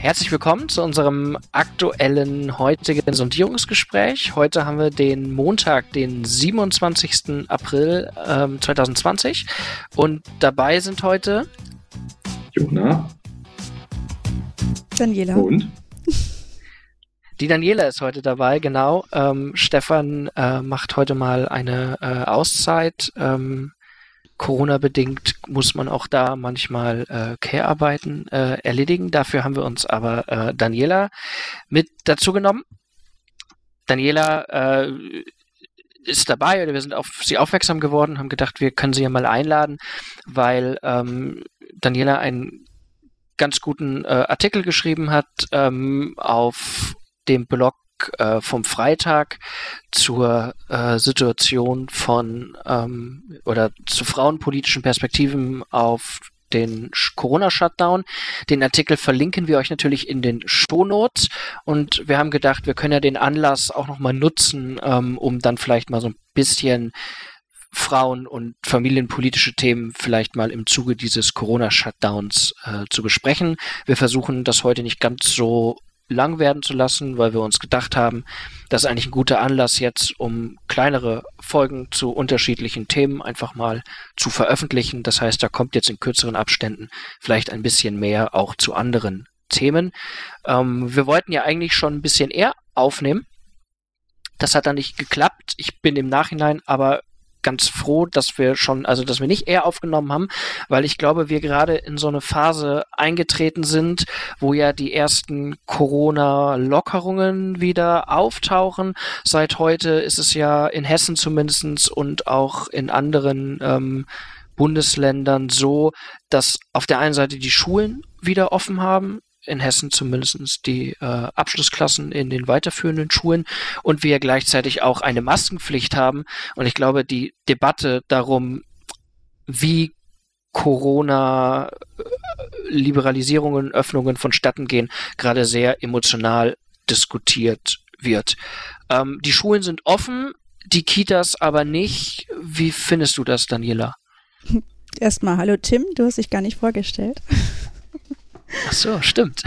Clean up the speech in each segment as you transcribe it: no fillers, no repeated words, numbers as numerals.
Herzlich willkommen zu unserem aktuellen heutigen Sondierungsgespräch. Heute haben wir den Montag, den 27. April 2020 und dabei sind heute Jona, Daniela und die Daniela ist heute dabei, genau. Stefan macht heute mal eine Auszeit. Corona-bedingt muss man auch da manchmal Care-Arbeiten erledigen. Dafür haben wir uns aber Daniela mit dazu genommen. Daniela ist dabei, oder wir sind auf sie aufmerksam geworden, haben gedacht, wir können sie ja mal einladen, weil Daniela einen ganz guten Artikel geschrieben hat auf dem Blog vom Freitag zur Situation von oder zu frauenpolitischen Perspektiven auf den Corona-Shutdown. Den Artikel verlinken wir euch natürlich in den Shownotes und wir haben gedacht, wir können ja den Anlass auch nochmal nutzen, um dann vielleicht mal so ein bisschen Frauen- und familienpolitische Themen vielleicht mal im Zuge dieses Corona-Shutdowns zu besprechen. Wir versuchen das heute nicht ganz so lang werden zu lassen, weil wir uns gedacht haben, das ist eigentlich ein guter Anlass jetzt, um kleinere Folgen zu unterschiedlichen Themen einfach mal zu veröffentlichen. Das heißt, da kommt jetzt in kürzeren Abständen vielleicht ein bisschen mehr auch zu anderen Themen. Wir wollten ja eigentlich schon ein bisschen eher aufnehmen. Das hat dann nicht geklappt. Ich bin im Nachhinein aber ganz froh, dass wir nicht eher aufgenommen haben, weil ich glaube, wir gerade in so eine Phase eingetreten sind, wo ja die ersten Corona-Lockerungen wieder auftauchen. Seit heute ist es ja in Hessen zumindest und auch in anderen Bundesländern so, dass auf der einen Seite die Schulen wieder offen haben, in Hessen zumindest die Abschlussklassen in den weiterführenden Schulen und wir gleichzeitig auch eine Maskenpflicht haben. Und ich glaube, die Debatte darum, wie Corona-Liberalisierungen, Öffnungen vonstatten gehen, gerade sehr emotional diskutiert wird. Die Schulen sind offen, die Kitas aber nicht. Wie findest du das, Daniela? Erstmal, hallo Tim, du hast dich gar nicht vorgestellt. Ach so, stimmt.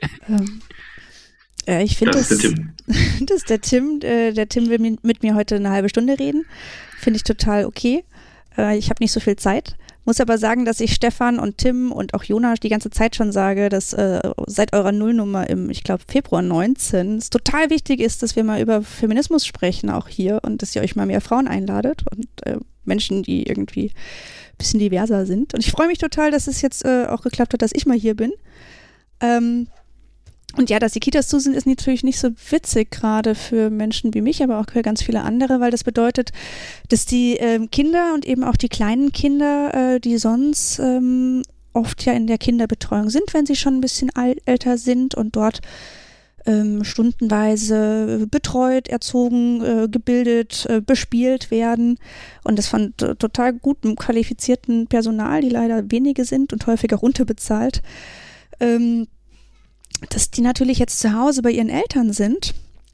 Ich finde, das ist der Tim. Der Tim will mit mir heute eine halbe Stunde reden. Finde ich total okay. Ich habe nicht so viel Zeit. Muss aber sagen, dass ich Stefan und Tim und auch Jonas die ganze Zeit schon sage, dass seit eurer Nullnummer im, ich glaube, Februar 19 es total wichtig ist, dass wir mal über Feminismus sprechen, auch hier, und dass ihr euch mal mehr Frauen einladet und Menschen, die irgendwie ein bisschen diverser sind. Und ich freue mich total, dass es jetzt auch geklappt hat, dass ich mal hier bin. Und ja, dass die Kitas zu sind, ist natürlich nicht so witzig, gerade für Menschen wie mich, aber auch für ganz viele andere, weil das bedeutet, dass die Kinder und eben auch die kleinen Kinder, die sonst oft ja in der Kinderbetreuung sind, wenn sie schon ein bisschen älter sind und dort stundenweise betreut, erzogen, gebildet, bespielt werden und das von total gutem, qualifizierten Personal, die leider wenige sind und häufig auch unterbezahlt, dass die natürlich jetzt zu Hause bei ihren Eltern sind,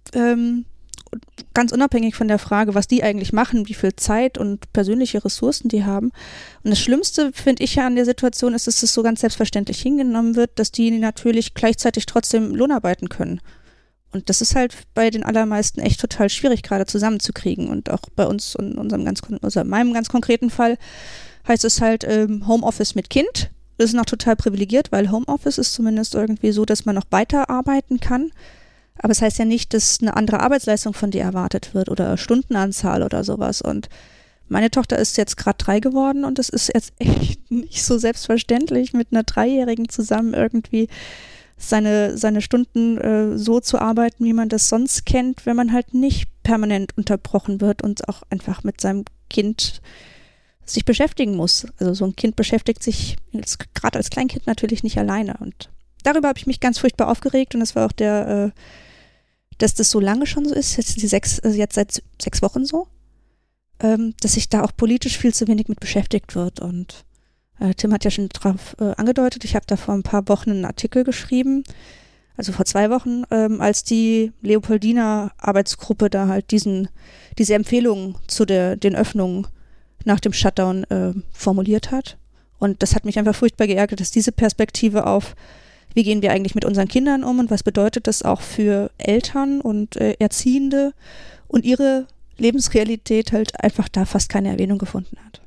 ganz unabhängig von der Frage, was die eigentlich machen, wie viel Zeit und persönliche Ressourcen die haben. Und das Schlimmste, finde ich ja an der Situation, ist, dass es so ganz selbstverständlich hingenommen wird, dass die natürlich gleichzeitig trotzdem Lohnarbeiten können. Und das ist halt bei den allermeisten echt total schwierig, gerade zusammenzukriegen. Und auch bei uns in meinem ganz konkreten Fall heißt es halt Homeoffice mit Kind. Das ist noch total privilegiert, weil Homeoffice ist zumindest irgendwie so, dass man noch weiterarbeiten kann. Aber es heißt ja nicht, dass eine andere Arbeitsleistung von dir erwartet wird oder Stundenanzahl oder sowas. Und meine Tochter ist jetzt gerade 3 geworden und es ist jetzt echt nicht so selbstverständlich, mit einer 3-Jährigen zusammen irgendwie seine Stunden so zu arbeiten, wie man das sonst kennt, wenn man halt nicht permanent unterbrochen wird und auch einfach mit seinem Kind sich beschäftigen muss. Also so ein Kind beschäftigt sich gerade als Kleinkind natürlich nicht alleine. Und darüber habe ich mich ganz furchtbar aufgeregt und das war auch dass das so lange schon so ist, jetzt seit 6 Wochen so, dass sich da auch politisch viel zu wenig mit beschäftigt wird. Und Tim hat ja schon darauf angedeutet, ich habe da vor ein paar Wochen einen Artikel geschrieben, also vor 2 Wochen, als die Leopoldina Arbeitsgruppe da halt diese Empfehlungen zu den Öffnungen nach dem Shutdown formuliert hat. Und das hat mich einfach furchtbar geärgert, dass diese Perspektive auf wie gehen wir eigentlich mit unseren Kindern um und was bedeutet das auch für Eltern und Erziehende und ihre Lebensrealität halt einfach da fast keine Erwähnung gefunden hat.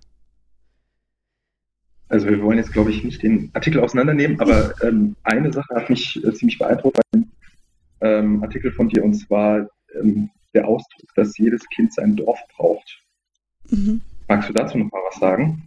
Also wir wollen jetzt, glaube ich, nicht den Artikel auseinandernehmen, aber eine Sache hat mich ziemlich beeindruckt beim Artikel von dir, und zwar der Ausdruck, dass jedes Kind sein Dorf braucht. Mhm. Magst du dazu noch mal was sagen?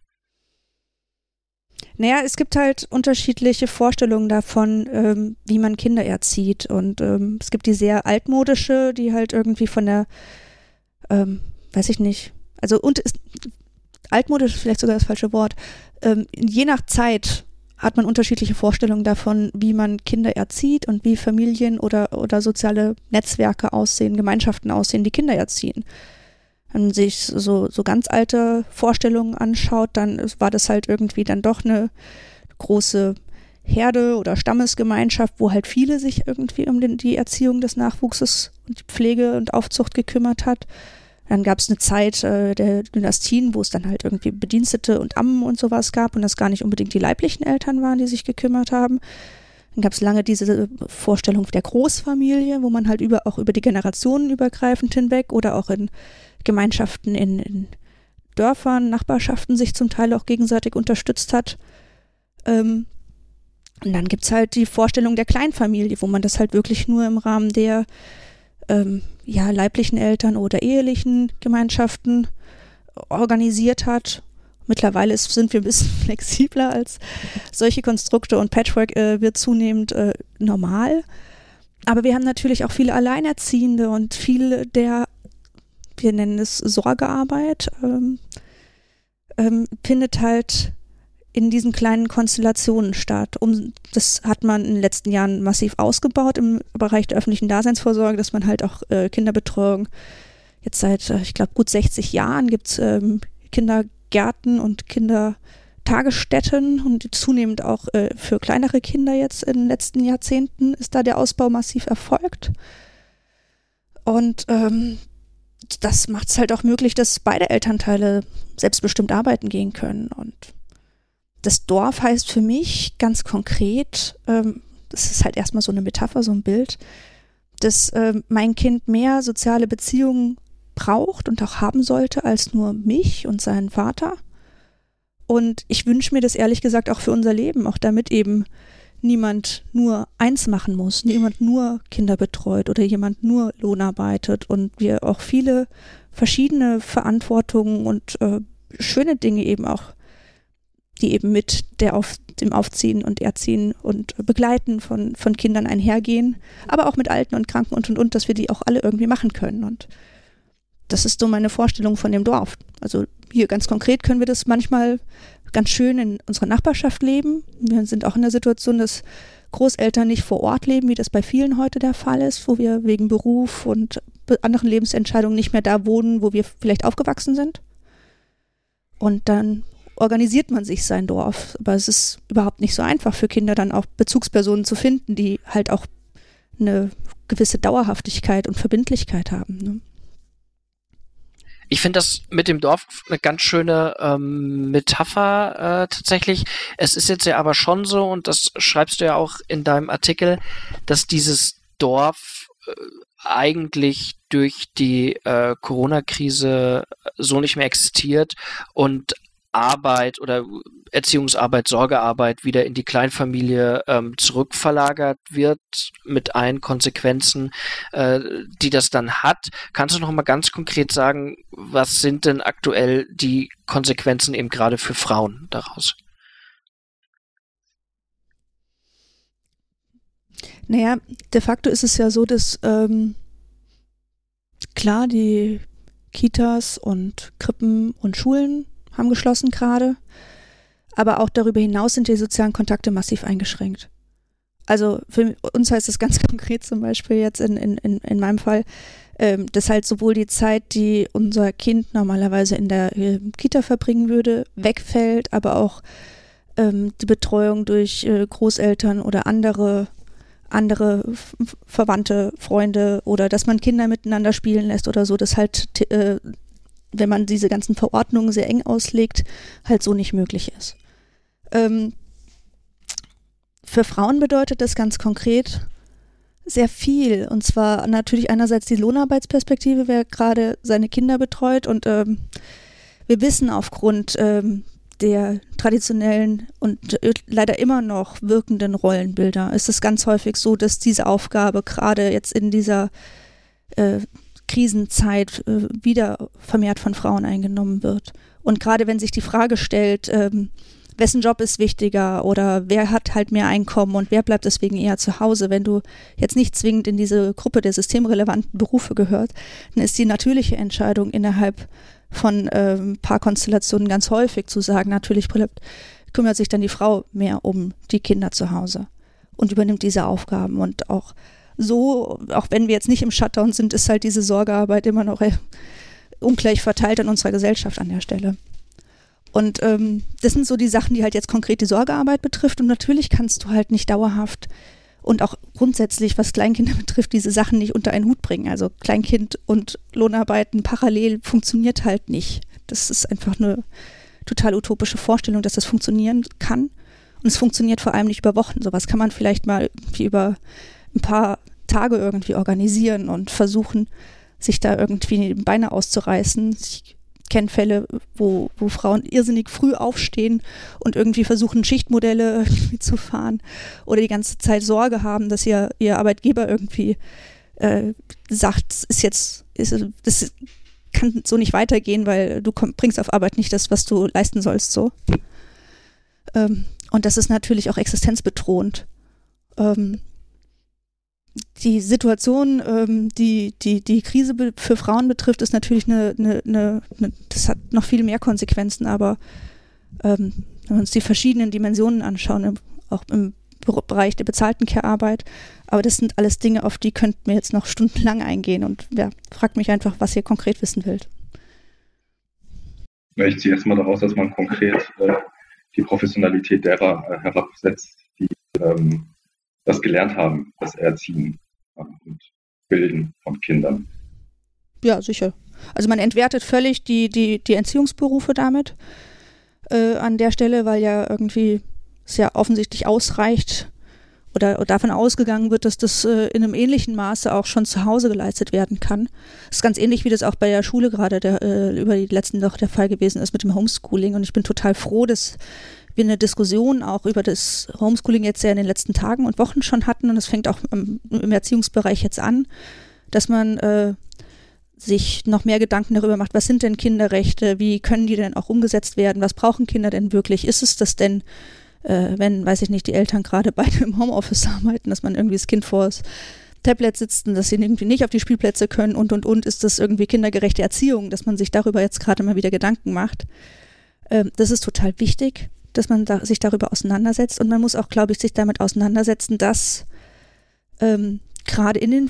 Naja, es gibt halt unterschiedliche Vorstellungen davon, wie man Kinder erzieht. Und es gibt die sehr altmodische, die halt irgendwie von der, weiß ich nicht, also altmodisch ist vielleicht sogar das falsche Wort. Je nach Zeit hat man unterschiedliche Vorstellungen davon, wie man Kinder erzieht und wie Familien oder soziale Netzwerke aussehen, Gemeinschaften aussehen, die Kinder erziehen. Wenn man sich so ganz alte Vorstellungen anschaut, dann war das halt irgendwie dann doch eine große Herde oder Stammesgemeinschaft, wo halt viele sich irgendwie um die Erziehung des Nachwuchses und die Pflege und Aufzucht gekümmert hat. Dann gab es eine Zeit der Dynastien, wo es dann halt irgendwie Bedienstete und Ammen und sowas gab und das gar nicht unbedingt die leiblichen Eltern waren, die sich gekümmert haben. Dann gab es lange diese Vorstellung der Großfamilie, wo man halt auch über die Generationen übergreifend hinweg oder auch in Gemeinschaften in Dörfern, Nachbarschaften sich zum Teil auch gegenseitig unterstützt hat. Und dann gibt es halt die Vorstellung der Kleinfamilie, wo man das halt wirklich nur im Rahmen der leiblichen Eltern oder ehelichen Gemeinschaften organisiert hat. Mittlerweile sind wir ein bisschen flexibler als solche Konstrukte und Patchwork wird zunehmend normal. Aber wir haben natürlich auch viele Alleinerziehende und viele wir nennen es Sorgearbeit, findet halt in diesen kleinen Konstellationen statt. Das hat man in den letzten Jahren massiv ausgebaut im Bereich der öffentlichen Daseinsvorsorge, dass man halt auch Kinderbetreuung jetzt seit, ich glaube, gut 60 Jahren gibt es Kindergärten und Kindertagesstätten und zunehmend auch für kleinere Kinder jetzt in den letzten Jahrzehnten ist da der Ausbau massiv erfolgt. Und das macht es halt auch möglich, dass beide Elternteile selbstbestimmt arbeiten gehen können. Und das Dorf heißt für mich ganz konkret, das ist halt erstmal so eine Metapher, so ein Bild, dass mein Kind mehr soziale Beziehungen braucht und auch haben sollte als nur mich und seinen Vater. Und ich wünsche mir das ehrlich gesagt auch für unser Leben, auch damit eben niemand nur eins machen muss, niemand nur Kinder betreut oder jemand nur Lohn arbeitet und wir auch viele verschiedene Verantwortungen und schöne Dinge eben auch, die eben mit dem Aufziehen und Erziehen und Begleiten von Kindern einhergehen, aber auch mit Alten und Kranken und, dass wir die auch alle irgendwie machen können. Und das ist so meine Vorstellung von dem Dorf. Also hier ganz konkret können wir das manchmal ganz schön in unserer Nachbarschaft leben. Wir sind auch in der Situation, dass Großeltern nicht vor Ort leben, wie das bei vielen heute der Fall ist, wo wir wegen Beruf und anderen Lebensentscheidungen nicht mehr da wohnen, wo wir vielleicht aufgewachsen sind. Und dann organisiert man sich sein Dorf. Aber es ist überhaupt nicht so einfach für Kinder, dann auch Bezugspersonen zu finden, die halt auch eine gewisse Dauerhaftigkeit und Verbindlichkeit haben. Ne? Ich finde das mit dem Dorf eine ganz schöne Metapher tatsächlich. Es ist jetzt ja aber schon so, und das schreibst du ja auch in deinem Artikel, dass dieses Dorf eigentlich durch die Corona-Krise so nicht mehr existiert und Arbeit oder Erziehungsarbeit, Sorgearbeit wieder in die Kleinfamilie zurückverlagert wird mit allen Konsequenzen, die das dann hat. Kannst du noch mal ganz konkret sagen, was sind denn aktuell die Konsequenzen eben gerade für Frauen daraus? Naja, de facto ist es ja so, dass klar, die Kitas und Krippen und Schulen haben geschlossen gerade, aber auch darüber hinaus sind die sozialen Kontakte massiv eingeschränkt. Also für uns heißt es ganz konkret zum Beispiel jetzt in meinem Fall, dass halt sowohl die Zeit, die unser Kind normalerweise in der Kita verbringen würde, wegfällt, aber auch die Betreuung durch Großeltern oder andere Verwandte, Freunde oder dass man Kinder miteinander spielen lässt oder so, dass halt wenn man diese ganzen Verordnungen sehr eng auslegt, halt so nicht möglich ist. Für Frauen bedeutet das ganz konkret sehr viel. Und zwar natürlich einerseits die Lohnarbeitsperspektive, wer gerade seine Kinder betreut. Und wir wissen aufgrund der traditionellen und leider immer noch wirkenden Rollenbilder ist es ganz häufig so, dass diese Aufgabe gerade jetzt in dieser Krisenzeit wieder vermehrt von Frauen eingenommen wird. Und gerade wenn sich die Frage stellt, wessen Job ist wichtiger oder wer hat halt mehr Einkommen und wer bleibt deswegen eher zu Hause, wenn du jetzt nicht zwingend in diese Gruppe der systemrelevanten Berufe gehört, dann ist die natürliche Entscheidung innerhalb von Paarkonstellationen ganz häufig zu sagen, natürlich kümmert sich dann die Frau mehr um die Kinder zu Hause und übernimmt diese Aufgaben. Und auch so, auch wenn wir jetzt nicht im Shutdown sind, ist halt diese Sorgearbeit immer noch ungleich verteilt in unserer Gesellschaft an der Stelle. Und das sind so die Sachen, die halt jetzt konkret die Sorgearbeit betrifft. Und natürlich kannst du halt nicht dauerhaft und auch grundsätzlich, was Kleinkinder betrifft, diese Sachen nicht unter einen Hut bringen. Also Kleinkind und Lohnarbeiten parallel funktioniert halt nicht. Das ist einfach eine total utopische Vorstellung, dass das funktionieren kann. Und es funktioniert vor allem nicht über Wochen. Sowas kann man vielleicht mal über ein paar Tage irgendwie organisieren und versuchen, sich da irgendwie die Beine auszureißen. Ich kenne Fälle, wo Frauen irrsinnig früh aufstehen und irgendwie versuchen, Schichtmodelle irgendwie zu fahren oder die ganze Zeit Sorge haben, dass ihr Arbeitgeber irgendwie sagt, das kann so nicht weitergehen, weil du bringst auf Arbeit nicht das, was du leisten sollst. So. Und das ist natürlich auch existenzbedrohend. Die Situation, die Krise für Frauen betrifft, ist natürlich das hat noch viel mehr Konsequenzen, aber wenn wir uns die verschiedenen Dimensionen anschauen, auch im Bereich der bezahlten Care-Arbeit, aber das sind alles Dinge, auf die könnten wir jetzt noch stundenlang eingehen und fragt mich einfach, was ihr konkret wissen wollt. Ich ziehe erstmal daraus, dass man konkret die Professionalität derer herabsetzt, die das gelernt haben, das Erziehen und Bilden von Kindern. Ja, sicher. Also man entwertet völlig die Erziehungsberufe damit an der Stelle, weil ja irgendwie es ja offensichtlich ausreicht oder davon ausgegangen wird, dass das in einem ähnlichen Maße auch schon zu Hause geleistet werden kann. Das ist ganz ähnlich, wie das auch bei der Schule gerade über die letzten Wochen der Fall gewesen ist mit dem Homeschooling. Und ich bin total froh, dass wir eine Diskussion auch über das Homeschooling jetzt ja in den letzten Tagen und Wochen schon hatten. Und es fängt auch im Erziehungsbereich jetzt an, dass man sich noch mehr Gedanken darüber macht, was sind denn Kinderrechte, wie können die denn auch umgesetzt werden, was brauchen Kinder denn wirklich? Ist es das denn, wenn, weiß ich nicht, die Eltern gerade beide im Homeoffice arbeiten, dass man irgendwie das Kind vor das Tablet sitzt und dass sie irgendwie nicht auf die Spielplätze können und ist das irgendwie kindergerechte Erziehung, dass man sich darüber jetzt gerade mal wieder Gedanken macht. Das ist total wichtig, dass man sich darüber auseinandersetzt und man muss auch, glaube ich, sich damit auseinandersetzen, dass gerade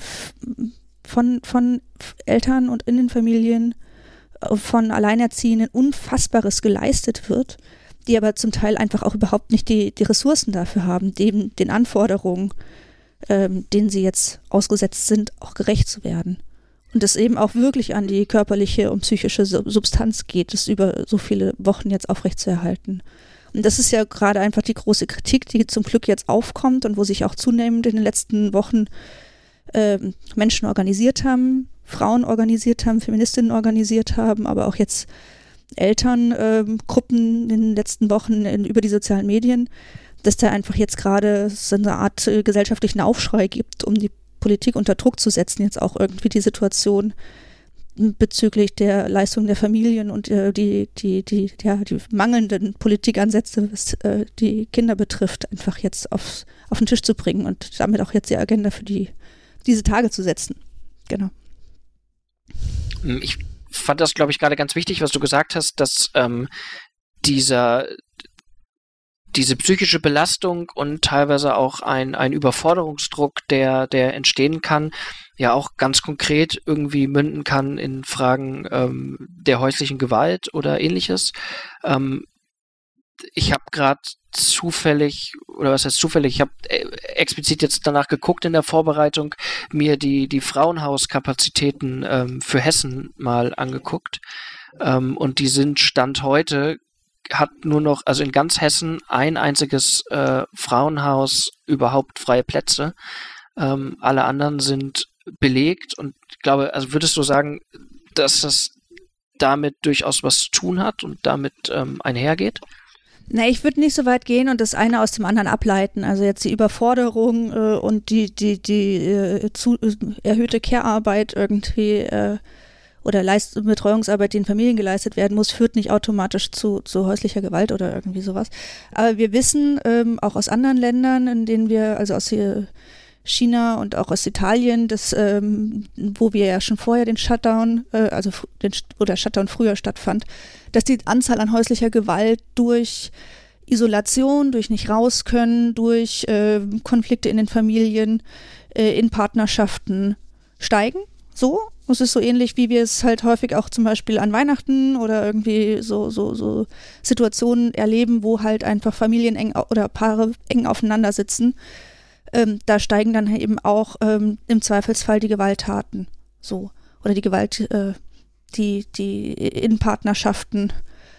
von Eltern und in den Familien von Alleinerziehenden Unfassbares geleistet wird, die aber zum Teil einfach auch überhaupt nicht die Ressourcen dafür haben, den Anforderungen, denen sie jetzt ausgesetzt sind, auch gerecht zu werden. Und es eben auch wirklich an die körperliche und psychische Substanz geht, es über so viele Wochen jetzt aufrechtzuerhalten. Und das ist ja gerade einfach die große Kritik, die zum Glück jetzt aufkommt und wo sich auch zunehmend in den letzten Wochen Menschen organisiert haben, Frauen organisiert haben, Feministinnen organisiert haben, aber auch jetzt Elterngruppen in den letzten Wochen über die sozialen Medien, dass da einfach jetzt gerade so eine Art gesellschaftlichen Aufschrei gibt, um die Politik unter Druck zu setzen, jetzt auch irgendwie die Situation bezüglich der Leistung der Familien und die mangelnden Politikansätze, was die Kinder betrifft, einfach jetzt auf den Tisch zu bringen und damit auch jetzt die Agenda für diese Tage zu setzen. Genau. Ich fand das, glaube ich, gerade ganz wichtig, was du gesagt hast, dass diese psychische Belastung und teilweise auch ein Überforderungsdruck, der entstehen kann, ja auch ganz konkret irgendwie münden kann in Fragen der häuslichen Gewalt oder ähnliches. Ich habe gerade zufällig, oder was heißt zufällig, ich habe explizit jetzt danach geguckt in der Vorbereitung, mir die Frauenhauskapazitäten für Hessen mal angeguckt. Und die sind Stand heute hat nur noch, also in ganz Hessen, ein einziges Frauenhaus überhaupt freie Plätze. Alle anderen sind belegt und ich glaube, also würdest du sagen, dass das damit durchaus was zu tun hat und damit einhergeht? Na, ich würde nicht so weit gehen und das eine aus dem anderen ableiten. Also jetzt die Überforderung und die erhöhte Care-Arbeit irgendwie oder Betreuungsarbeit, die in Familien geleistet werden muss, führt nicht automatisch zu häuslicher Gewalt oder irgendwie sowas. Aber wir wissen auch aus anderen Ländern, in denen wir, also aus China und auch aus Italien, wo wir ja schon vorher den Shutdown, wo der Shutdown früher stattfand, dass die Anzahl an häuslicher Gewalt durch Isolation, durch nicht raus können, durch Konflikte in den Familien, in Partnerschaften steigen. So. Es ist so ähnlich, wie wir es halt häufig auch zum Beispiel an Weihnachten oder irgendwie so Situationen erleben, wo halt einfach Familien oder Paare eng aufeinander sitzen. Da steigen dann eben auch im Zweifelsfall die Gewalttaten so oder die Gewalt, die in Partnerschaften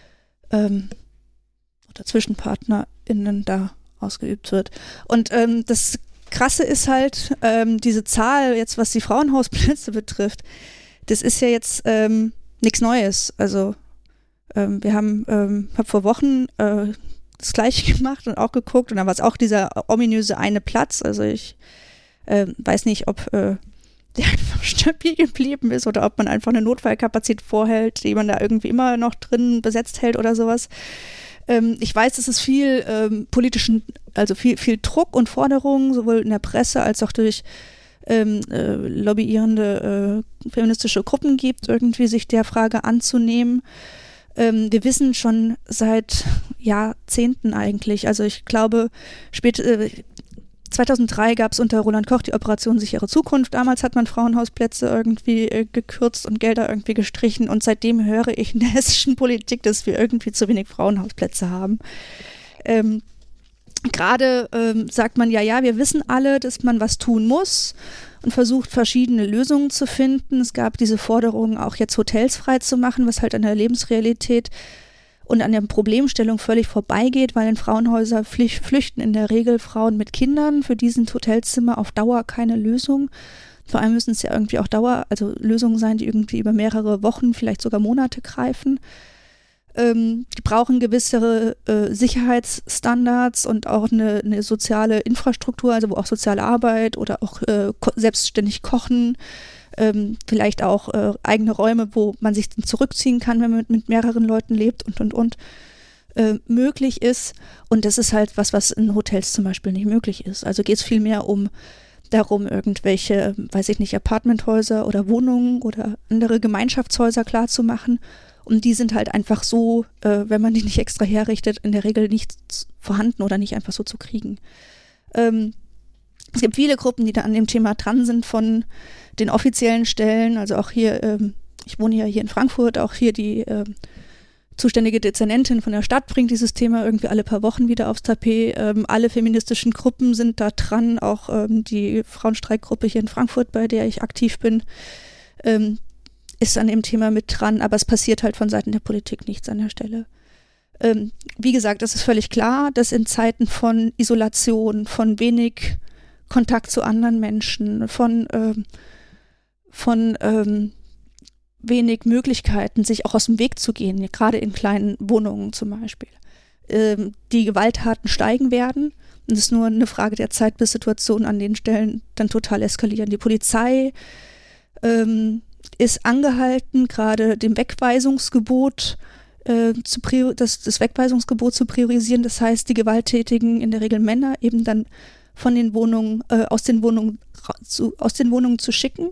oder zwischen PartnerInnen da ausgeübt wird. Und das Krasse ist halt, diese Zahl jetzt, was die Frauenhausplätze betrifft, das ist ja jetzt nichts Neues. Also wir hab vor Wochen das Gleiche gemacht und auch geguckt und dann war es auch dieser ominöse eine Platz. Also ich weiß nicht, ob der einfach stabil geblieben ist oder ob man einfach eine Notfallkapazität vorhält, die man da irgendwie immer noch drin besetzt hält oder sowas. Ich weiß, es ist viel viel Druck und Forderung, sowohl in der Presse als auch durch lobbyierende feministische Gruppen gibt, irgendwie sich der Frage anzunehmen. Wir wissen schon seit Jahrzehnten eigentlich, also ich glaube, 2003 gab es unter Roland Koch die Operation Sichere Zukunft. Damals hat man Frauenhausplätze irgendwie gekürzt und Gelder irgendwie gestrichen und seitdem höre ich in der hessischen Politik, dass wir irgendwie zu wenig Frauenhausplätze haben. Gerade sagt man ja, wir wissen alle, dass man was tun muss und versucht, verschiedene Lösungen zu finden. Es gab diese Forderung, auch jetzt Hotels frei zu machen, was halt an der Lebensrealität und an der Problemstellung völlig vorbeigeht, weil in Frauenhäuser flüchten in der Regel Frauen mit Kindern. Für die sind Hotelzimmer auf Dauer keine Lösung. Vor allem müssen es ja irgendwie auch Lösungen sein, die irgendwie über mehrere Wochen, vielleicht sogar Monate greifen. Die brauchen gewissere Sicherheitsstandards und auch eine soziale Infrastruktur, also wo auch soziale Arbeit oder auch selbstständig kochen, vielleicht auch eigene Räume, wo man sich zurückziehen kann, wenn man mit mehreren Leuten lebt und möglich ist. Und das ist halt was in Hotels zum Beispiel nicht möglich ist. Also geht es vielmehr darum, irgendwelche, weiß ich nicht, Apartmenthäuser oder Wohnungen oder andere Gemeinschaftshäuser klarzumachen. Und die sind halt einfach so, wenn man die nicht extra herrichtet, in der Regel nicht vorhanden oder nicht einfach so zu kriegen. Es gibt viele Gruppen, die da an dem Thema dran sind von den offiziellen Stellen. Also auch hier, ich wohne ja hier in Frankfurt, auch hier die zuständige Dezernentin von der Stadt bringt dieses Thema irgendwie alle paar Wochen wieder aufs Tapet. Alle feministischen Gruppen sind da dran, auch die Frauenstreikgruppe hier in Frankfurt, bei der ich aktiv bin, ist an dem Thema mit dran, aber es passiert halt von Seiten der Politik nichts an der Stelle. Wie gesagt, es ist völlig klar, dass in Zeiten von Isolation, von wenig Kontakt zu anderen Menschen, von wenig Möglichkeiten, sich auch aus dem Weg zu gehen, gerade in kleinen Wohnungen zum Beispiel, die Gewalttaten steigen werden. Und es ist nur eine Frage der Zeit, bis Situationen an den Stellen dann total eskalieren. Die Polizei ist angehalten, gerade dem Wegweisungsgebot das Wegweisungsgebot zu priorisieren. Das heißt, die Gewalttätigen, in der Regel Männer, eben dann von den Wohnungen, aus den Wohnungen zu schicken,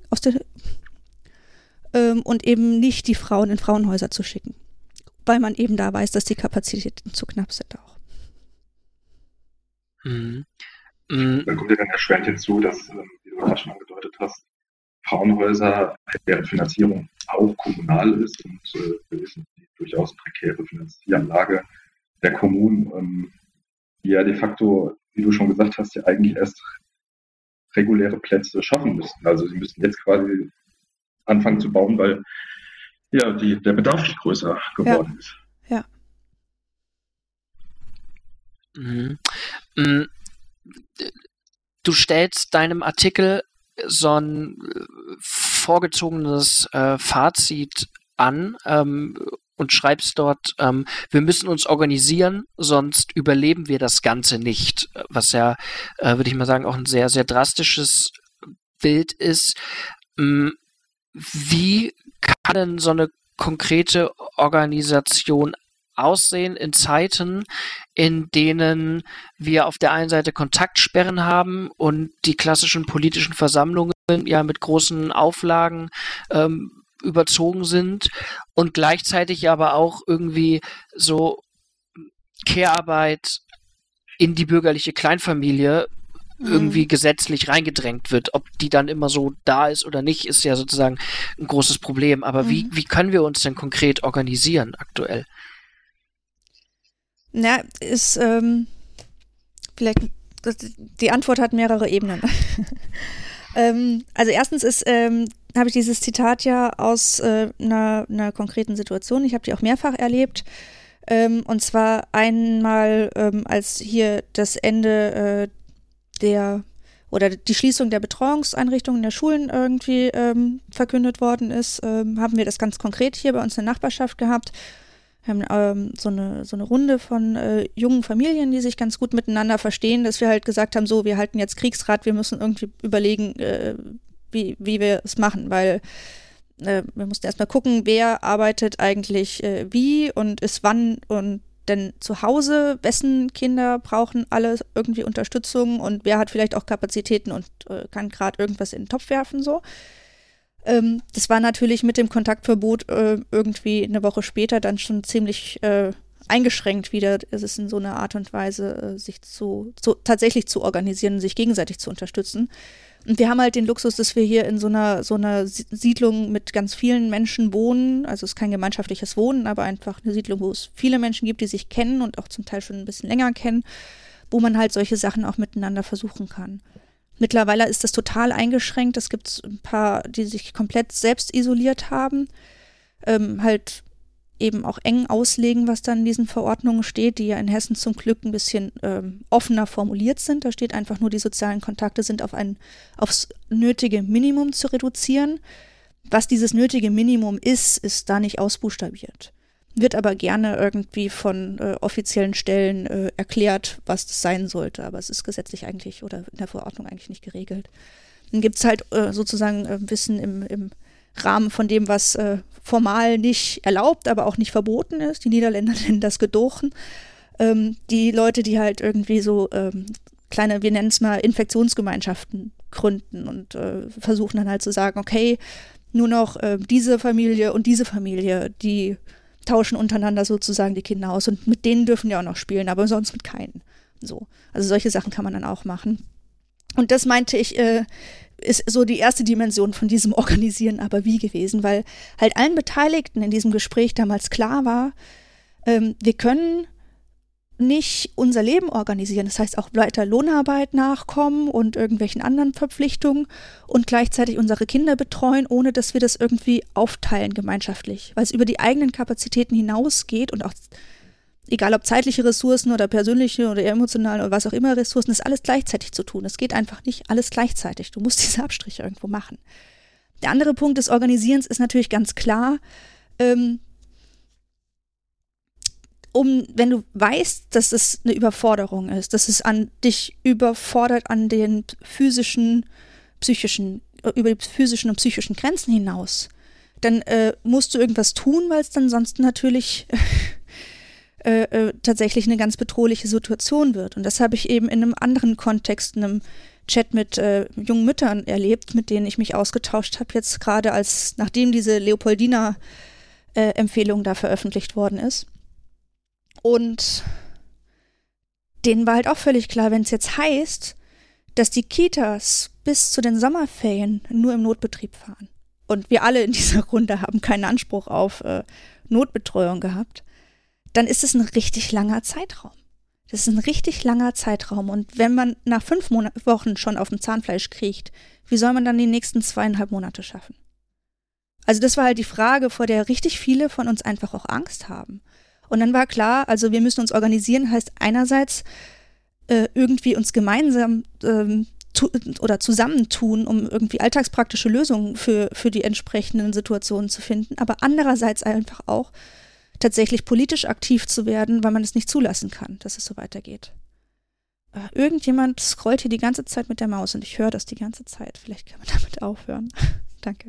und eben nicht die Frauen in Frauenhäuser zu schicken, weil man eben da weiß, dass die Kapazitäten zu knapp sind auch. Dann kommt ja dann erschwerend hinzu, dass, wie du gerade schon angedeutet hast, Frauenhäuser, deren Finanzierung auch kommunal ist und wir wissen die durchaus prekäre Finanzierlage der Kommunen, die ja de facto, wie du schon gesagt hast, ja eigentlich erst reguläre Plätze schaffen müssten. Also sie müssten jetzt quasi anfangen zu bauen, weil ja der Bedarf viel größer geworden ist. Ja. Mhm. Mm, Du stellst deinem Artikel so ein vorgezogenes Fazit an und schreibst dort, wir müssen uns organisieren, sonst überleben wir das Ganze nicht. Was ja, würde ich mal sagen, auch ein sehr, sehr drastisches Bild ist. Wie kann denn so eine konkrete Organisation aussehen in Zeiten, in denen wir auf der einen Seite Kontaktsperren haben und die klassischen politischen Versammlungen ja mit großen Auflagen überzogen sind und gleichzeitig aber auch irgendwie so Care-Arbeit in die bürgerliche Kleinfamilie irgendwie gesetzlich reingedrängt wird. Ob die dann immer so da ist oder nicht, ist ja sozusagen ein großes Problem. Aber wie können wir uns denn konkret organisieren aktuell? Ja, ist vielleicht, die Antwort hat mehrere Ebenen. Also erstens habe ich dieses Zitat ja aus einer konkreten Situation. Ich habe die auch mehrfach erlebt. Und zwar einmal, als hier das Ende oder die Schließung der Betreuungseinrichtungen der Schulen irgendwie verkündet worden ist, haben wir das ganz konkret hier bei uns in der Nachbarschaft gehabt. Wir haben so eine Runde von jungen Familien, die sich ganz gut miteinander verstehen, dass wir halt gesagt haben, so, wir halten jetzt Kriegsrat, wir müssen irgendwie überlegen, wie wir es machen, weil wir mussten erstmal gucken, wer arbeitet eigentlich wie und ist wann und denn zu Hause, wessen Kinder brauchen alle irgendwie Unterstützung und wer hat vielleicht auch Kapazitäten und kann gerade irgendwas in den Topf werfen, so. Das war natürlich mit dem Kontaktverbot irgendwie eine Woche später dann schon ziemlich eingeschränkt wieder. Es ist in so einer Art und Weise, sich tatsächlich zu organisieren, sich gegenseitig zu unterstützen. Und wir haben halt den Luxus, dass wir hier in so einer Siedlung mit ganz vielen Menschen wohnen. Also es ist kein gemeinschaftliches Wohnen, aber einfach eine Siedlung, wo es viele Menschen gibt, die sich kennen und auch zum Teil schon ein bisschen länger kennen, wo man halt solche Sachen auch miteinander versuchen kann. Mittlerweile ist das total eingeschränkt. Es gibt ein paar, die sich komplett selbst isoliert haben, halt eben auch eng auslegen, was dann in diesen Verordnungen steht, die ja in Hessen zum Glück ein bisschen offener formuliert sind. Da steht einfach nur, die sozialen Kontakte sind aufs nötige Minimum zu reduzieren. Was dieses nötige Minimum ist da nicht ausbuchstabiert. Wird aber gerne irgendwie von offiziellen Stellen erklärt, was das sein sollte. Aber es ist gesetzlich eigentlich oder in der Verordnung eigentlich nicht geregelt. Dann gibt es halt sozusagen Wissen im Rahmen von dem, was formal nicht erlaubt, aber auch nicht verboten ist. Die Niederländer nennen das Gedochen. Die Leute, die halt irgendwie so kleine, wir nennen es mal Infektionsgemeinschaften gründen und versuchen dann halt zu sagen, okay, nur noch diese Familie und diese Familie, die tauschen untereinander sozusagen die Kinder aus und mit denen dürfen ja auch noch spielen, aber sonst mit keinen. So. Also solche Sachen kann man dann auch machen. Und das meinte ich, ist so die erste Dimension von diesem Organisieren, aber wie gewesen, weil halt allen Beteiligten in diesem Gespräch damals klar war, wir können nicht unser Leben organisieren, das heißt auch weiter Lohnarbeit nachkommen und irgendwelchen anderen Verpflichtungen und gleichzeitig unsere Kinder betreuen, ohne dass wir das irgendwie aufteilen gemeinschaftlich, weil es über die eigenen Kapazitäten hinausgeht und auch, egal ob zeitliche Ressourcen oder persönliche oder emotionale oder was auch immer Ressourcen, ist alles gleichzeitig zu tun. Es geht einfach nicht alles gleichzeitig. Du musst diese Abstriche irgendwo machen. Der andere Punkt des Organisierens ist natürlich ganz klar, wenn du weißt, dass es eine Überforderung ist, dass es dich überfordert an den über die physischen und psychischen Grenzen hinaus, dann musst du irgendwas tun, weil es dann sonst natürlich tatsächlich eine ganz bedrohliche Situation wird. Und das habe ich eben in einem anderen Kontext, in einem Chat mit jungen Müttern erlebt, mit denen ich mich ausgetauscht habe, jetzt gerade nachdem diese Leopoldina-Empfehlung da veröffentlicht worden ist. Und denen war halt auch völlig klar, wenn es jetzt heißt, dass die Kitas bis zu den Sommerferien nur im Notbetrieb fahren und wir alle in dieser Runde haben keinen Anspruch auf Notbetreuung gehabt, dann ist es ein richtig langer Zeitraum. Das ist ein richtig langer Zeitraum. Und wenn man nach 5 Wochen schon auf dem Zahnfleisch kriecht, wie soll man dann die nächsten 2,5 Monate schaffen? Also das war halt die Frage, vor der richtig viele von uns einfach auch Angst haben. Und dann war klar, also wir müssen uns organisieren, heißt einerseits irgendwie uns gemeinsam oder zusammentun, um irgendwie alltagspraktische Lösungen für die entsprechenden Situationen zu finden, aber andererseits einfach auch tatsächlich politisch aktiv zu werden, weil man es nicht zulassen kann, dass es so weitergeht. Irgendjemand scrollt hier die ganze Zeit mit der Maus und ich höre das die ganze Zeit. Vielleicht kann man damit aufhören. Danke.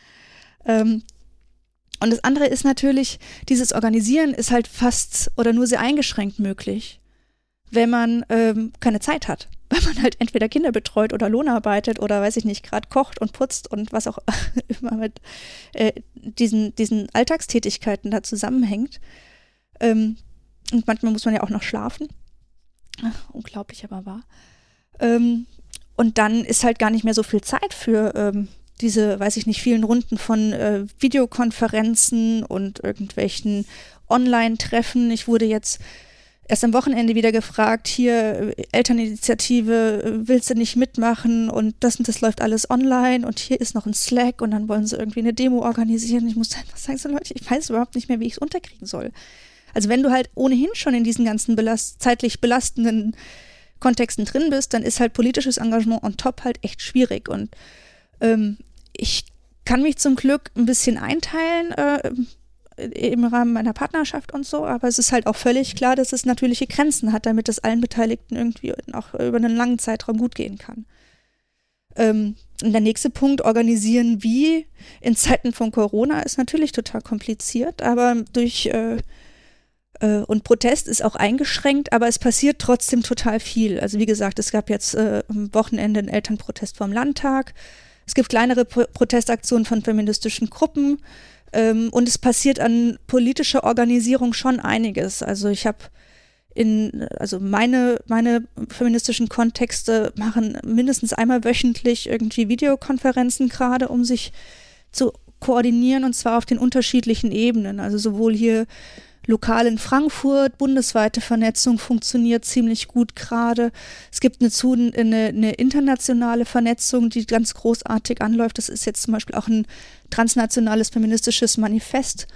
Und das andere ist natürlich, dieses Organisieren ist halt fast oder nur sehr eingeschränkt möglich, wenn man keine Zeit hat. Weil man halt entweder Kinder betreut oder Lohnarbeitet oder, weiß ich nicht, gerade kocht und putzt und was auch immer mit diesen Alltagstätigkeiten da zusammenhängt. Und manchmal muss man ja auch noch schlafen. Ach, unglaublich, aber wahr. Und dann ist halt gar nicht mehr so viel Zeit für diese, weiß ich nicht, vielen Runden von Videokonferenzen und irgendwelchen Online-Treffen. Ich wurde jetzt erst am Wochenende wieder gefragt, hier Elterninitiative, willst du nicht mitmachen und das läuft alles online und hier ist noch ein Slack und dann wollen sie irgendwie eine Demo organisieren. Ich muss einfach sagen, so Leute, ich weiß überhaupt nicht mehr, wie ich es unterkriegen soll. Also wenn du halt ohnehin schon in diesen ganzen zeitlich belastenden Kontexten drin bist, dann ist halt politisches Engagement on top halt echt schwierig und ich kann mich zum Glück ein bisschen einteilen, im Rahmen meiner Partnerschaft und so, aber es ist halt auch völlig klar, dass es natürliche Grenzen hat, damit es allen Beteiligten irgendwie auch über einen langen Zeitraum gut gehen kann. Und der nächste Punkt, organisieren wie in Zeiten von Corona, ist natürlich total kompliziert, aber und Protest ist auch eingeschränkt, aber es passiert trotzdem total viel. Also wie gesagt, es gab jetzt am Wochenende einen Elternprotest vom Landtag, es gibt kleinere Protestaktionen von feministischen Gruppen, und es passiert an politischer Organisierung schon einiges. Also ich habe meine feministischen Kontexte machen mindestens einmal wöchentlich irgendwie Videokonferenzen gerade, um sich zu koordinieren und zwar auf den unterschiedlichen Ebenen. Also sowohl hier lokal in Frankfurt, bundesweite Vernetzung funktioniert ziemlich gut gerade. Es gibt eine internationale Vernetzung, die ganz großartig anläuft. Das ist jetzt zum Beispiel auch ein transnationales feministisches Manifest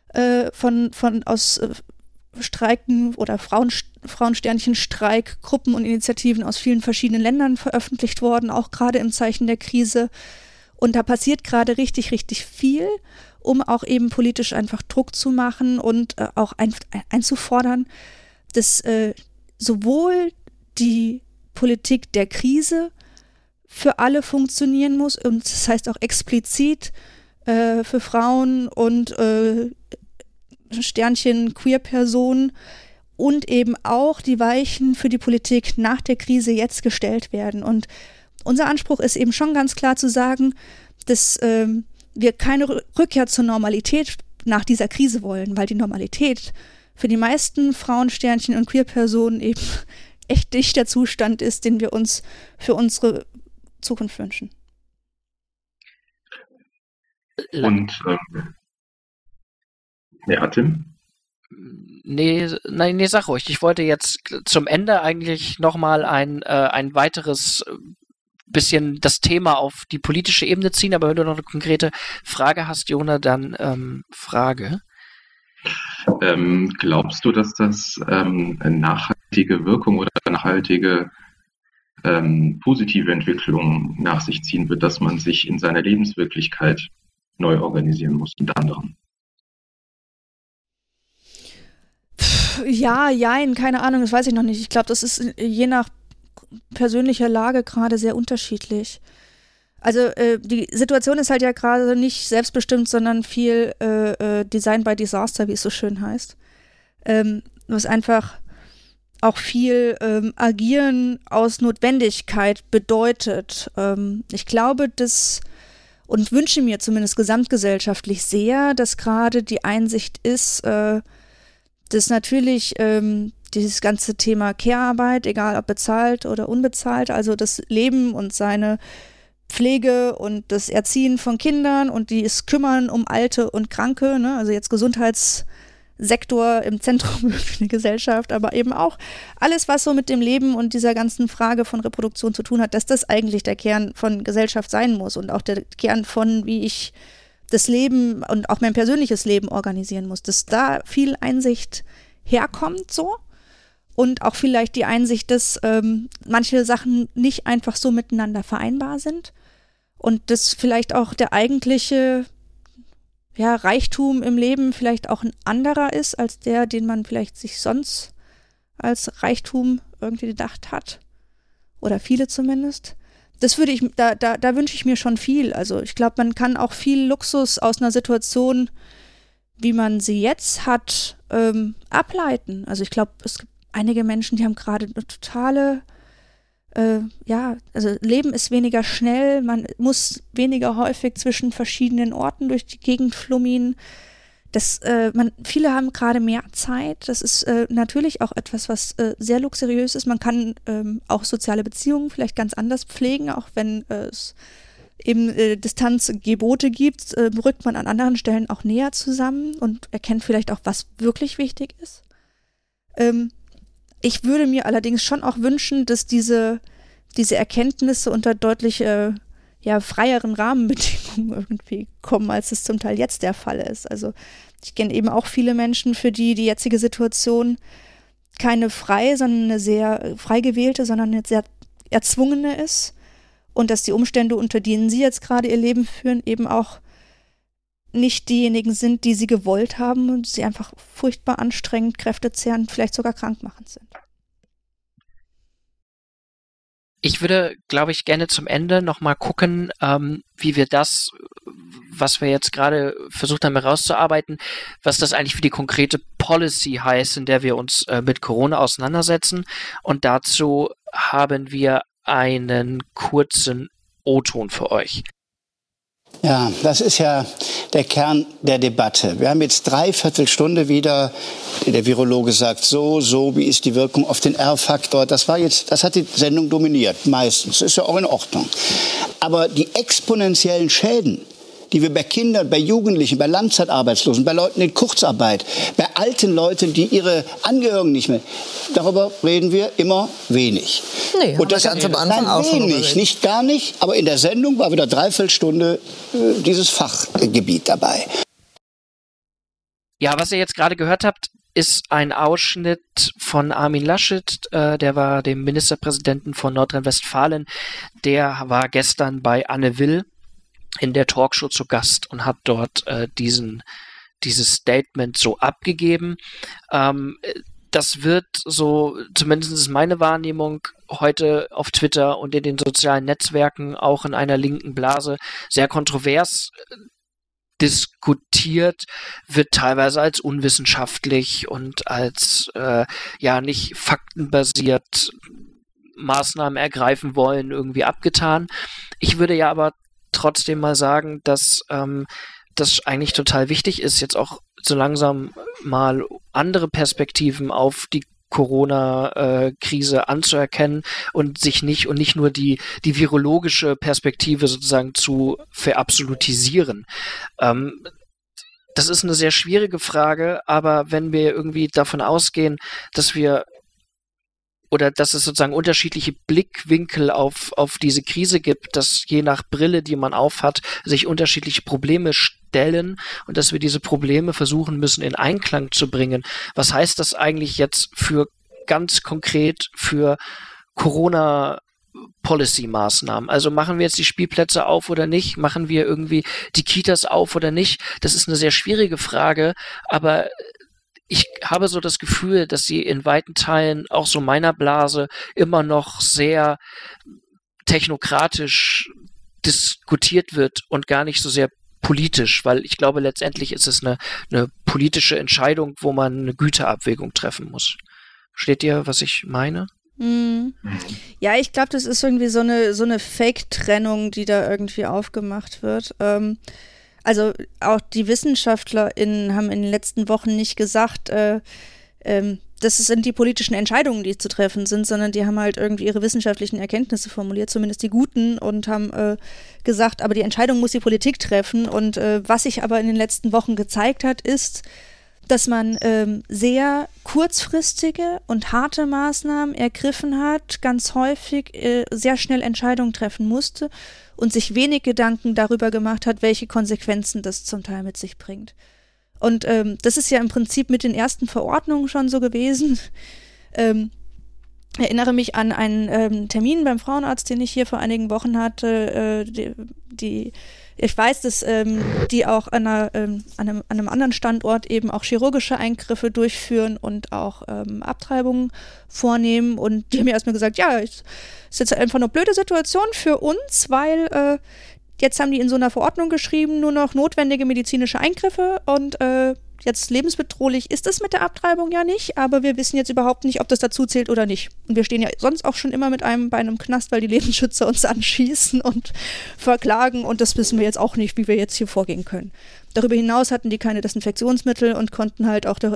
aus Streiken oder Frauensternchen-Streik, Gruppen und Initiativen aus vielen verschiedenen Ländern veröffentlicht worden, auch gerade im Zeichen der Krise. Und da passiert gerade richtig, richtig viel, um auch eben politisch einfach Druck zu machen und auch einzufordern, dass sowohl die Politik der Krise für alle funktionieren muss und das heißt auch explizit für Frauen und Sternchen Queer-Personen und eben auch die Weichen für die Politik nach der Krise jetzt gestellt werden. Und unser Anspruch ist eben schon ganz klar zu sagen, dass wir keine Rückkehr zur Normalität nach dieser Krise wollen, weil die Normalität für die meisten Frauensternchen und Queer-Personen eben echt nicht der Zustand ist, den wir uns für unsere Zukunft wünschen. Und ja, Tim? Nee, sag ruhig. Ich wollte jetzt zum Ende eigentlich nochmal ein weiteres bisschen das Thema auf die politische Ebene ziehen, aber wenn du noch eine konkrete Frage hast, Jona, dann Frage. Glaubst du, dass das eine nachhaltige Wirkung oder eine nachhaltige positive Entwicklung nach sich ziehen wird, dass man sich in seiner Lebenswirklichkeit neu organisieren muss mit anderen? Ja, jein, keine Ahnung, das weiß ich noch nicht. Ich glaube, das ist je nach persönlicher Lage gerade sehr unterschiedlich. Also die Situation ist halt ja gerade nicht selbstbestimmt, sondern viel Design by Disaster, wie es so schön heißt. Was einfach auch viel Agieren aus Notwendigkeit bedeutet. Ich glaube, und wünsche mir zumindest gesamtgesellschaftlich sehr, dass gerade die Einsicht ist, dass natürlich dieses ganze Thema Care-Arbeit, egal ob bezahlt oder unbezahlt, also das Leben und seine Pflege und das Erziehen von Kindern und das Kümmern um Alte und Kranke, ne? Also jetzt Gesundheitssektor im Zentrum der Gesellschaft, aber eben auch alles, was so mit dem Leben und dieser ganzen Frage von Reproduktion zu tun hat, dass das eigentlich der Kern von Gesellschaft sein muss und auch der Kern von, wie ich das Leben und auch mein persönliches Leben organisieren muss, dass da viel Einsicht herkommt so und auch vielleicht die Einsicht, dass manche Sachen nicht einfach so miteinander vereinbar sind und dass vielleicht auch der eigentliche Reichtum im Leben vielleicht auch ein anderer ist als der, den man vielleicht sich sonst als Reichtum irgendwie gedacht hat. Oder viele zumindest. Das da wünsche ich mir schon viel. Also ich glaube, man kann auch viel Luxus aus einer Situation, wie man sie jetzt hat, ableiten. Also ich glaube, es gibt einige Menschen, die haben gerade eine totale, also Leben ist weniger schnell, man muss weniger häufig zwischen verschiedenen Orten durch die Gegend flummieren. Viele haben gerade mehr Zeit. Das ist natürlich auch etwas, was sehr luxuriös ist. Man kann auch soziale Beziehungen vielleicht ganz anders pflegen, auch wenn es eben Distanzgebote gibt, rückt man an anderen Stellen auch näher zusammen und erkennt vielleicht auch, was wirklich wichtig ist. Ich würde mir allerdings schon auch wünschen, dass diese Erkenntnisse unter deutlich freieren Rahmenbedingungen irgendwie kommen, als es zum Teil jetzt der Fall ist. Also ich kenne eben auch viele Menschen, für die jetzige Situation keine sondern eine sehr frei gewählte, sondern eine sehr erzwungene ist und dass die Umstände, unter denen sie jetzt gerade ihr Leben führen, eben auch nicht diejenigen sind, die sie gewollt haben und sie einfach furchtbar anstrengend, kräftezehrend, vielleicht sogar krankmachend sind. Ich würde, glaube ich, gerne zum Ende nochmal gucken, wie wir das, was wir jetzt gerade versucht haben herauszuarbeiten, was das eigentlich für die konkrete Policy heißt, in der wir uns mit Corona auseinandersetzen. Und dazu haben wir einen kurzen O-Ton für euch. Ja, das ist ja der Kern der Debatte. Wir haben jetzt 3/4 Stunde wieder, der Virologe sagt so, wie ist die Wirkung auf den R-Faktor. Das hat die Sendung dominiert, meistens. Ist ja auch in Ordnung. Aber die exponentiellen Schäden, die wir bei Kindern, bei Jugendlichen, bei Langzeitarbeitslosen, bei Leuten in Kurzarbeit, bei alten Leuten, die ihre Angehörigen nicht mehr, darüber reden wir immer wenig. Nee, und das ganz am Anfang auch schon wenig, nicht gar nicht, aber in der Sendung war wieder 3/4 Stunde dieses Fachgebiet dabei. Ja, was ihr jetzt gerade gehört habt, ist ein Ausschnitt von Armin Laschet, der war dem Ministerpräsidenten von Nordrhein-Westfalen, der war gestern bei Anne Will in der Talkshow zu Gast und hat dort dieses Statement so abgegeben. Das wird so, zumindest ist meine Wahrnehmung, heute auf Twitter und in den sozialen Netzwerken, auch in einer linken Blase, sehr kontrovers diskutiert, wird teilweise als unwissenschaftlich und als nicht faktenbasiert Maßnahmen ergreifen wollen, irgendwie abgetan. Ich würde ja aber trotzdem mal sagen, dass das eigentlich total wichtig ist, jetzt auch so langsam mal andere Perspektiven auf die Corona-Krise anzuerkennen und nicht nur die virologische Perspektive sozusagen zu verabsolutisieren. Das ist eine sehr schwierige Frage, aber wenn wir irgendwie davon ausgehen, dass es sozusagen unterschiedliche Blickwinkel auf diese Krise gibt, dass je nach Brille, die man aufhat, sich unterschiedliche Probleme stellen und dass wir diese Probleme versuchen müssen, in Einklang zu bringen. Was heißt das eigentlich jetzt ganz konkret für Corona-Policy-Maßnahmen? Also machen wir jetzt die Spielplätze auf oder nicht? Machen wir irgendwie die Kitas auf oder nicht? Das ist eine sehr schwierige Frage, aber ich habe so das Gefühl, dass sie in weiten Teilen auch so meiner Blase immer noch sehr technokratisch diskutiert wird und gar nicht so sehr politisch, weil ich glaube, letztendlich ist es eine politische Entscheidung, wo man eine Güteabwägung treffen muss. Versteht ihr, was ich meine? Ja, ich glaube, das ist irgendwie so eine Fake-Trennung, die da irgendwie aufgemacht wird. Also auch die WissenschaftlerInnen haben in den letzten Wochen nicht gesagt, das sind die politischen Entscheidungen, die zu treffen sind, sondern die haben halt irgendwie ihre wissenschaftlichen Erkenntnisse formuliert, zumindest die guten, und haben gesagt, aber die Entscheidung muss die Politik treffen. Und was sich aber in den letzten Wochen gezeigt hat, ist, dass man sehr kurzfristige und harte Maßnahmen ergriffen hat, ganz häufig sehr schnell Entscheidungen treffen musste und sich wenig Gedanken darüber gemacht hat, welche Konsequenzen das zum Teil mit sich bringt. Und das ist ja im Prinzip mit den ersten Verordnungen schon so gewesen. Erinnere mich an einen Termin beim Frauenarzt, den ich hier vor einigen Wochen hatte. Ich weiß, dass die auch an einem anderen Standort eben auch chirurgische Eingriffe durchführen und auch Abtreibungen vornehmen. Und die haben mir erstmal gesagt, ja, es ist jetzt einfach eine blöde Situation für uns, weil jetzt haben die in so einer Verordnung geschrieben, nur noch notwendige medizinische Eingriffe und jetzt lebensbedrohlich ist es mit der Abtreibung ja nicht, aber wir wissen jetzt überhaupt nicht, ob das dazu zählt oder nicht. Und wir stehen ja sonst auch schon immer mit einem Bein im Knast, weil die Lebensschützer uns anschießen und verklagen und das wissen wir jetzt auch nicht, wie wir jetzt hier vorgehen können. Darüber hinaus hatten die keine Desinfektionsmittel und konnten halt auch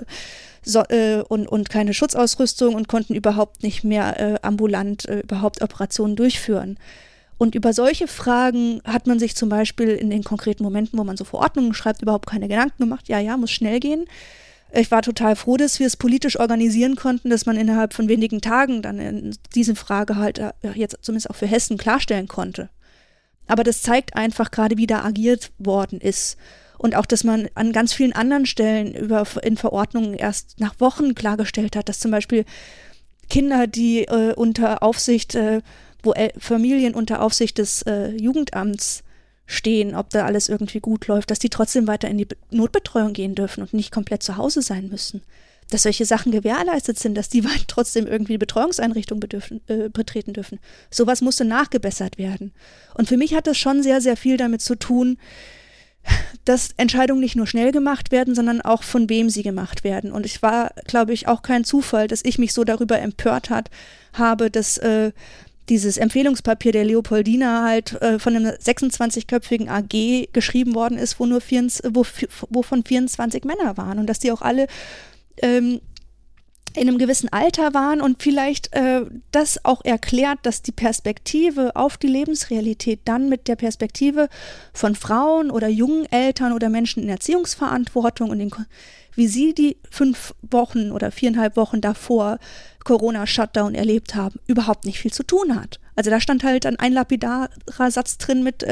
und keine Schutzausrüstung und konnten überhaupt nicht mehr ambulant überhaupt Operationen durchführen. Und über solche Fragen hat man sich zum Beispiel in den konkreten Momenten, wo man so Verordnungen schreibt, überhaupt keine Gedanken gemacht. Ja, muss schnell gehen. Ich war total froh, dass wir es politisch organisieren konnten, dass man innerhalb von wenigen Tagen dann diese Frage halt jetzt zumindest auch für Hessen klarstellen konnte. Aber das zeigt einfach gerade, wie da agiert worden ist. Und auch, dass man an ganz vielen anderen Stellen in Verordnungen erst nach Wochen klargestellt hat, dass zum Beispiel Kinder, die unter Aufsicht wo Familien unter Aufsicht des Jugendamts stehen, ob da alles irgendwie gut läuft, dass die trotzdem weiter in die Notbetreuung gehen dürfen und nicht komplett zu Hause sein müssen. Dass solche Sachen gewährleistet sind, dass die trotzdem irgendwie Betreuungseinrichtungen betreten dürfen. Sowas musste nachgebessert werden. Und für mich hat das schon sehr, sehr viel damit zu tun, dass Entscheidungen nicht nur schnell gemacht werden, sondern auch von wem sie gemacht werden. Und es war, glaube ich, auch kein Zufall, dass ich mich so darüber empört habe, dass dieses Empfehlungspapier der Leopoldina halt von einem 26-köpfigen AG geschrieben worden ist, wovon 24 Männer waren und dass die auch alle in einem gewissen Alter waren und vielleicht das auch erklärt, dass die Perspektive auf die Lebensrealität dann mit der Perspektive von Frauen oder jungen Eltern oder Menschen in Erziehungsverantwortung und wie sie die 5 Wochen oder 4,5 Wochen davor Corona-Shutdown erlebt haben, überhaupt nicht viel zu tun hat. Also da stand halt dann ein lapidarer Satz drin mit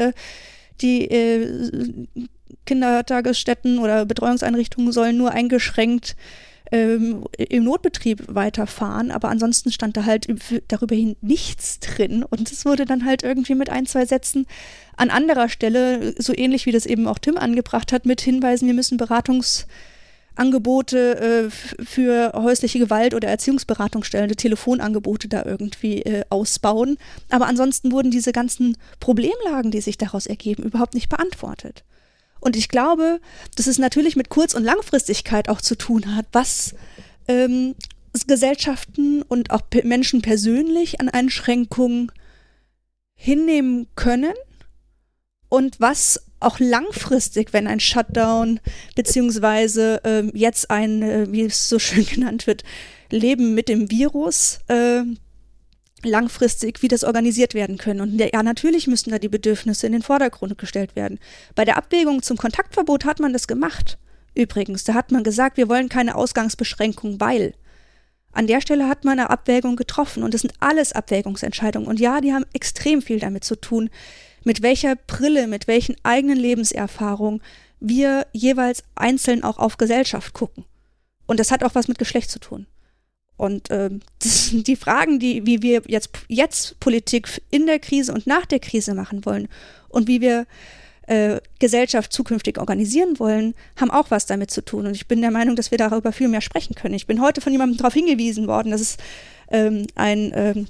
die Kindertagesstätten oder Betreuungseinrichtungen sollen nur eingeschränkt im Notbetrieb weiterfahren, aber ansonsten stand da halt darüber hin nichts drin und es wurde dann halt irgendwie mit 1, 2 Sätzen an anderer Stelle, so ähnlich wie das eben auch Tim angebracht hat, mit Hinweisen, wir müssen Beratungsangebote für häusliche Gewalt oder Erziehungsberatungsstellen, Telefonangebote da irgendwie ausbauen. Aber ansonsten wurden diese ganzen Problemlagen, die sich daraus ergeben, überhaupt nicht beantwortet. Und ich glaube, dass es natürlich mit Kurz- und Langfristigkeit auch zu tun hat, was Gesellschaften und auch Menschen persönlich an Einschränkungen hinnehmen können und was auch langfristig, wenn ein Shutdown beziehungsweise jetzt ein, wie es so schön genannt wird, Leben mit dem Virus, langfristig, wie das organisiert werden können. Und ja, natürlich müssen da die Bedürfnisse in den Vordergrund gestellt werden. Bei der Abwägung zum Kontaktverbot hat man das gemacht. Übrigens, da hat man gesagt, wir wollen keine Ausgangsbeschränkung, weil. An der Stelle hat man eine Abwägung getroffen und das sind alles Abwägungsentscheidungen. Und ja, die haben extrem viel damit zu tun, mit welcher Brille, mit welchen eigenen Lebenserfahrungen wir jeweils einzeln auch auf Gesellschaft gucken. Und das hat auch was mit Geschlecht zu tun. Und das sind die Fragen, wie wir jetzt Politik in der Krise und nach der Krise machen wollen und wie wir Gesellschaft zukünftig organisieren wollen, haben auch was damit zu tun. Und ich bin der Meinung, dass wir darüber viel mehr sprechen können. Ich bin heute von jemandem darauf hingewiesen worden, dass es in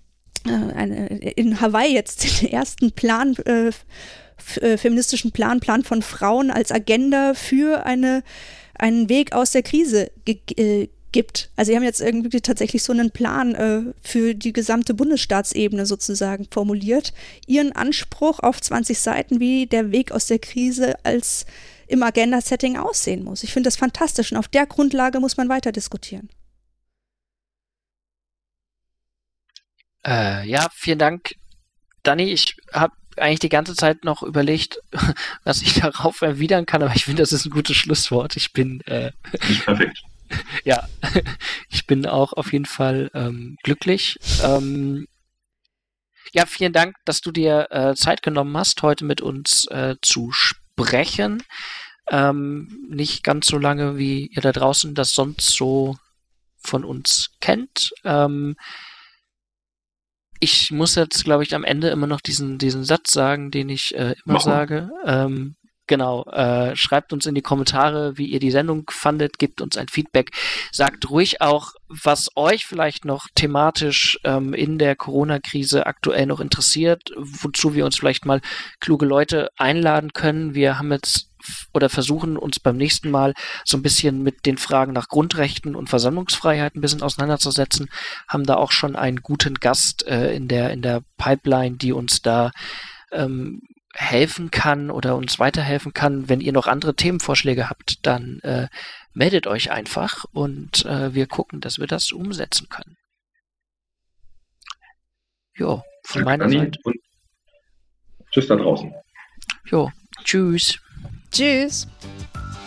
Hawaii jetzt den ersten feministischen Plan von Frauen als Agenda für einen Weg aus der Krise gibt. Also sie haben jetzt irgendwie tatsächlich so einen Plan für die gesamte Bundesstaatsebene sozusagen formuliert. Ihren Anspruch auf 20 Seiten, wie der Weg aus der Krise als im Agenda-Setting aussehen muss. Ich finde das fantastisch und auf der Grundlage muss man weiter diskutieren. Ja, vielen Dank, Dani. Ich habe eigentlich die ganze Zeit noch überlegt, was ich darauf erwidern kann, aber ich finde, das ist ein gutes Schlusswort. Ich bin perfekt. Ja, ich bin auch auf jeden Fall glücklich. Ja, vielen Dank, dass du dir Zeit genommen hast, heute mit uns zu sprechen. Nicht ganz so lange, wie ihr da draußen das sonst so von uns kennt. Ich muss jetzt, glaube ich, am Ende immer noch diesen Satz sagen, den ich immer sage. Genau, schreibt uns in die Kommentare, wie ihr die Sendung fandet, gebt uns ein Feedback, sagt ruhig auch, was euch vielleicht noch thematisch in der Corona-Krise aktuell noch interessiert, wozu wir uns vielleicht mal kluge Leute einladen können. Wir haben jetzt oder versuchen uns beim nächsten Mal so ein bisschen mit den Fragen nach Grundrechten und Versammlungsfreiheit ein bisschen auseinanderzusetzen, haben da auch schon einen guten Gast in der Pipeline, die uns da helfen kann oder uns weiterhelfen kann. Wenn ihr noch andere Themenvorschläge habt, dann meldet euch einfach und wir gucken, dass wir das umsetzen können. Jo, von meiner Seite. Und tschüss da draußen. Jo, tschüss. Tschüss.